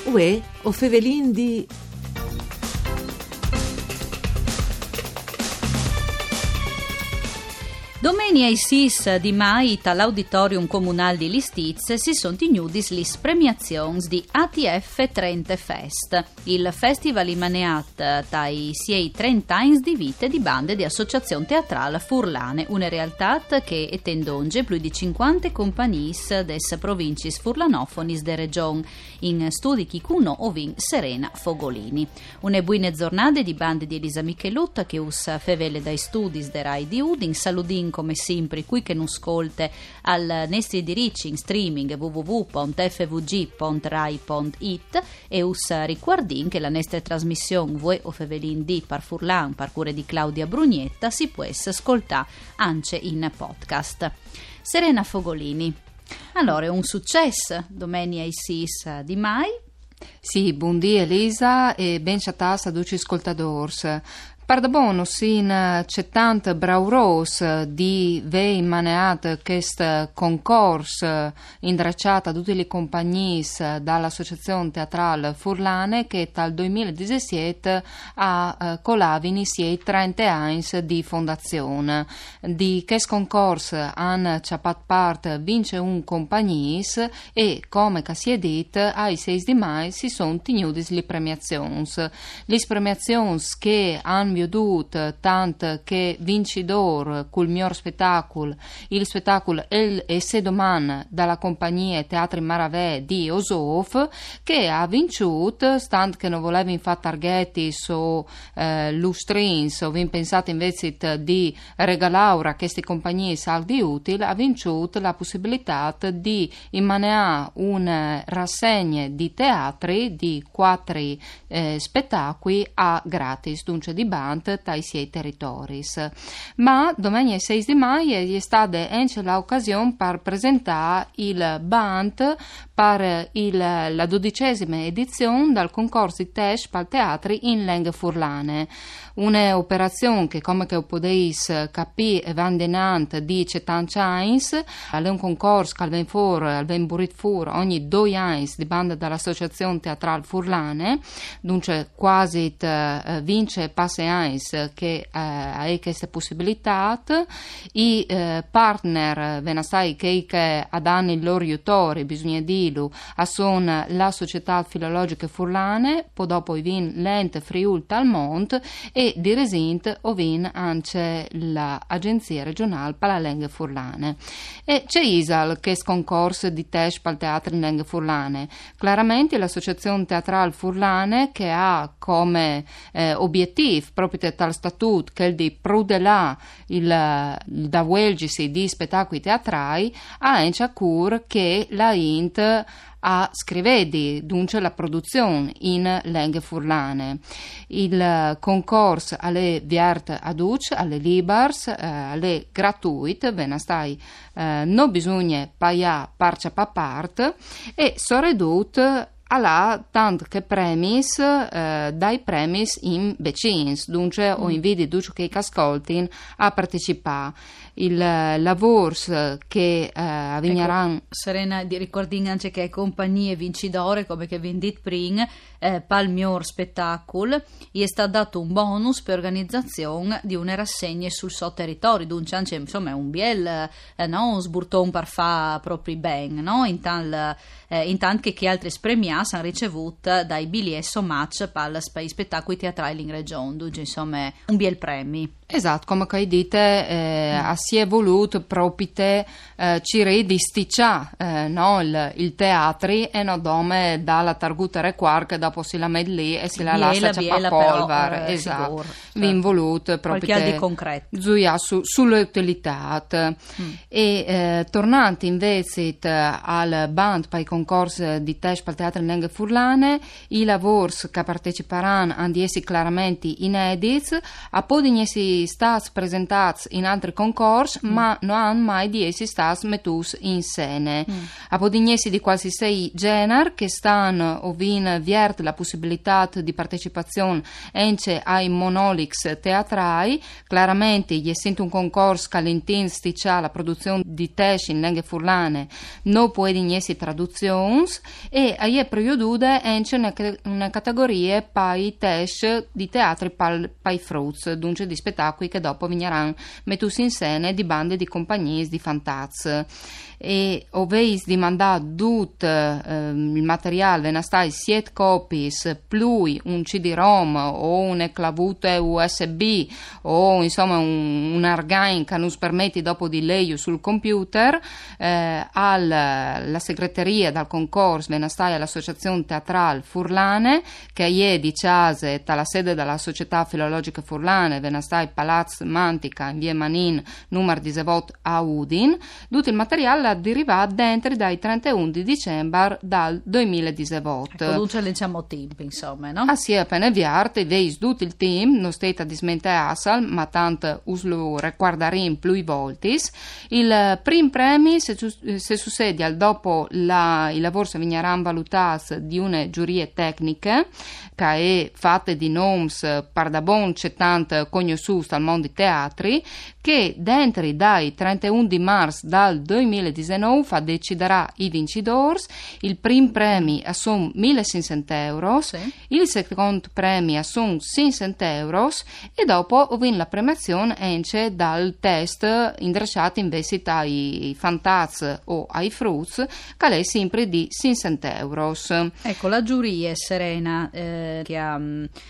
Uè, o fevelin di... Domenica i 6 di mai dall'Auditorium Comunal di Listiz si sono tenuti le premiazioni di ATF Trente Fest, il festival imaneat dai 30 anni di vita di bande di associazione teatrale furlane, una realtà che etendonge più di 50 compagnie des provincis furlanofonis de region, in studi Chicuno ovin Serena Fogolini. Una buone giornate di bande di Elisa Michelutta che us fevele dai studi de Rai di Udin, saludin come sempre qui che non ascolte al nostri diritti in streaming www.fvg.rai.it e us ricordin che la nostra trasmissione Voi o Fevelin di par Furlan par cure di Claudia Brugnetta si può ascoltare anche in podcast. Serena Fogolini, allora è un successo domenica i 6 di mai. Sì, buondì Elisa e ben ciatas a tutti ascoltadors. Per da bonus in c'è tanto brauros di vei maneat quest concorso intracciata a tutte le compagnie dall'Associazione Teatrale Furlane che dal 2017 ha colavini si 30 anni di fondazione. Di questo concorso hanno ciapat parte vince un compagnies e come si è detto ai 6 di mai si sono tenuti le premiazioni. Le premiazioni che hanno vedut tant che vincitore col miglior spettacolo il spettacolo El e Sedoman dalla compagnia Teatri Maravè di Osof che ha vinciuto stant che non voleva infatti targhetti su lustrins o vi pensate invece di regalare a queste compagnie saldi utili ha vinciuto la possibilità di immaneare una rassegna di teatri di 4 spettacoli a gratis dunque di band dai 6 territori. Ma domenica 6 di maggio è stata anche l'occasione per presentare il band per la 12ª edizione del concorso di test per teatri in lingue furlane. Un'operazione che come che potete capire è vandenante di 70 anni, è un concorso che viene fuori, viene burit fuori ogni 2 anni di banda dall'Associazione Teatrale Furlane, dunque quasi vince passe anni che ha queste possibilità. I partner venastai che ad anni il loro aiutori, bisogna dirlo, sono la Società Filologiche Furlane, poi dopo vin l'Ente Friul Talmont e di Resint ovin anche l'Agenzia Regionale per la Lingua Furlane. E c'è ISAL che è concorso di test per il teatro in lingua furlane. Chiaramente l'Associazione Teatrale Furlane che ha come obiettivo proprio tal statut che è di prudelà il da Welgisi di spettacoli teatrali ha anche a cur che la INT a scrivedi dunque la produzione in lingue furlane. Il concorso alle viert aduc, alle libers, alle gratuite, venastai non bisogna pagare parcia pa part e soredut alla tant che premis dai premis in becins, dunque o invidi duce che ascoltin a partecipare. Il lavoro che avvegneranno. Ecco, Serena, di ricordi anche che compagnie vincitore come che vendit pring pal miglior spettacolo gli è stato dato un bonus per organizzazione di una rassegna sul suo territorio, dunque anche insomma un biel un sburton per fa proprio ben, no? Intanto che altri premiati hanno ricevuto dai biglietti match per gli spettacoli teatrali in regione, dunque insomma un biel premi. Esatto, come hai detto, si è voluto proprio ci disticcia no, il teatri e non dome dalla targuta requar che dopo si la mette lì e si la lascia a polvere. Esatto, vin voluto proprio di concreto. Zuia sulle utilità. E tornando invece al band per i concorsi di test per il teatro in lingue furlane, i lavori che parteciperanno hanno di essi chiaramente inediti, a poi di essi stati presentati in altri concorsi, ma non hanno mai di essi stati metus in scene. A podignesi di qualsiasi genere che stanno o vin viert la possibilità di partecipazione anche ai monoli Felix Teatrai, chiaramente gli essendo un concorso calentin sticcia la produzione di teatri in lingue furlane, non può essere traduzioni, e a je periodude ence una categoria pai teatri di teatri pai fruits, dunque di spettacoli che dopo vigneranno mettuti in scena di bande di compagnie di fantaz. E oveis di mandare tutto il materiale venastai 7 copies plus un CD-ROM o un clavute USB o insomma un argain che nos permette dopo di leggere sul computer alla segreteria dal concorso venastai all'associazione teatrale Furlane che è di Ciase la sede della società filologica Furlane venastai Palazzo Mantica in via Manin numero 18 a Udin. Tutto il materiale deriva dentro dai 31 di dicembre dal 2018. Ecco, dunque diciamo team, insomma, no? Ah sì, appena avviato, veis tutto il team, non state a dismentare assal, ma tanto uslo reguardarin più volte. Il prim premi se succede al dopo i lavori vigneranno valutati di una giuria tecnica che è fatta di noms pardabon c'è tanto conosciuti al mondo dei teatri, che dentro dai 31 di marzo dal 2019 deciderà i vincitori. Il prim premi sono 1.600 euro, sì. Il secondo premio sono 600 euro e dopo viene la premiazione ence dal test indrecciato invece ai fantaz o ai fruits che è sempre di 600 euro. Ecco, la giuria Serena che ha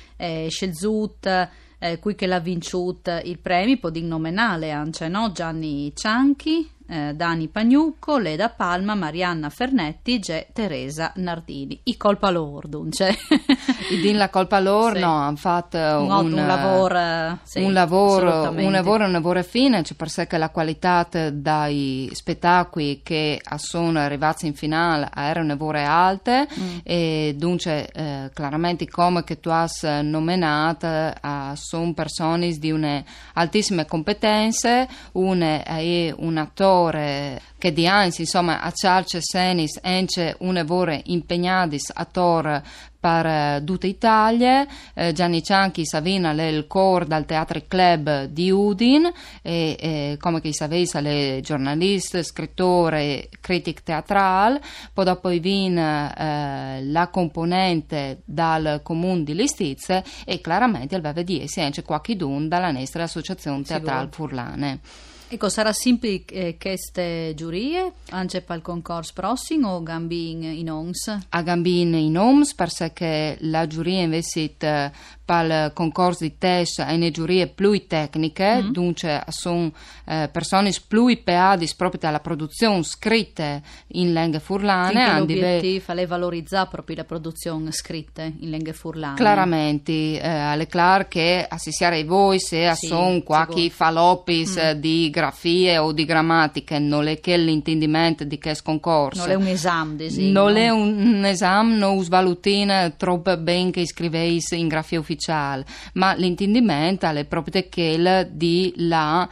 scelto qui che l'ha vinciuto il premio può nominare anche, no? Gianni Cianchi, Dani Pagnucco, Leda Palma, Marianna Fernetti e Teresa Nardini. I colpa loro, dunque. La colpa loro, sì. No, hanno fatto un lavoro, sì, un lavoro fine, cioè per sé che la qualità dai spettacoli che sono arrivati in finale erano lavoro alte e dunque chiaramente come che tu hai nominato sono persone di una altissime competenze, è un attore che di anni insomma a Cialce Senis ence un lavoro impegnatis attore per tutta Italia. Gianni Cianchi Savina è il core dal Teatro Club di Udin e come che sapete è giornalista, scrittore, critic teatrale, poi dopo viene la componente dal comune di Listizze e chiaramente aveva di essi anche qualche dun dalla nostra associazione teatrale Furlane. Ecco, sarà sempre queste giurie anche per il concorso prossimo o gambin in OMS? A gambin in OMS, perché la giuria invece per il concorso di test è una giuria più tecnica, dunque sono persone più impegnate proprio dalla produzione scritta in lingue furlane. L'obiettivo è valorizzare proprio la produzione scritta in lingue furlane. Chiaramente, è chiaro che assistiare ai voi se sono qualche falopis di grafie o di grammatica, non è che l'intendimento di che concorso. Non è un esame, non è un esame, non svalutina troppo ben che scriveis in grafia ufficiale, ma l'intendimento è proprio che di la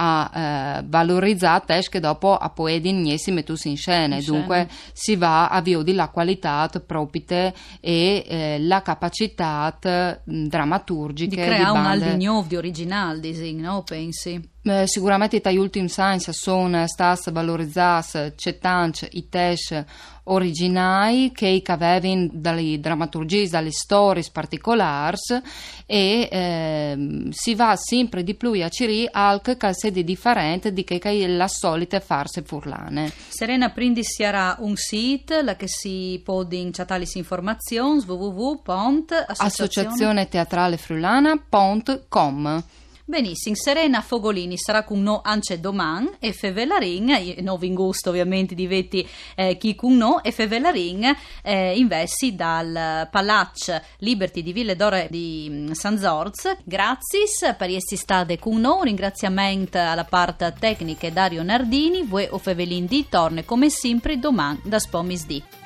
valorizzata che dopo a poi si mettusi in scena, dunque si va a via di la qualità proprio e la capacità drammaturgica di creare un aldi nuovo di originale, no? Pensi? Sicuramente gli ultimi anni sono stati valorizzati tanto i test originali che avevano dalle drammaturgie, dalle storie particolari e si va sempre di più a cercare altre sedi differenti di che la solita farse furlane. Serena, quindi sarà un sito la che si può inchatare le informazioni www.associazioneteatralefriulana.com. Benissimo, Serena Fogolini sarà con noi anche domani e Fevelarin, non vi gusto ovviamente di vetti chi con noi e Fevelarin investi dal Palazzo Liberty di Ville d'Ore di San Zorz. Grazie per essere state con noi, un ringraziamento alla parte tecnica Dario Nardini, voi o Fevelin di torne come sempre domani da Spomisdi.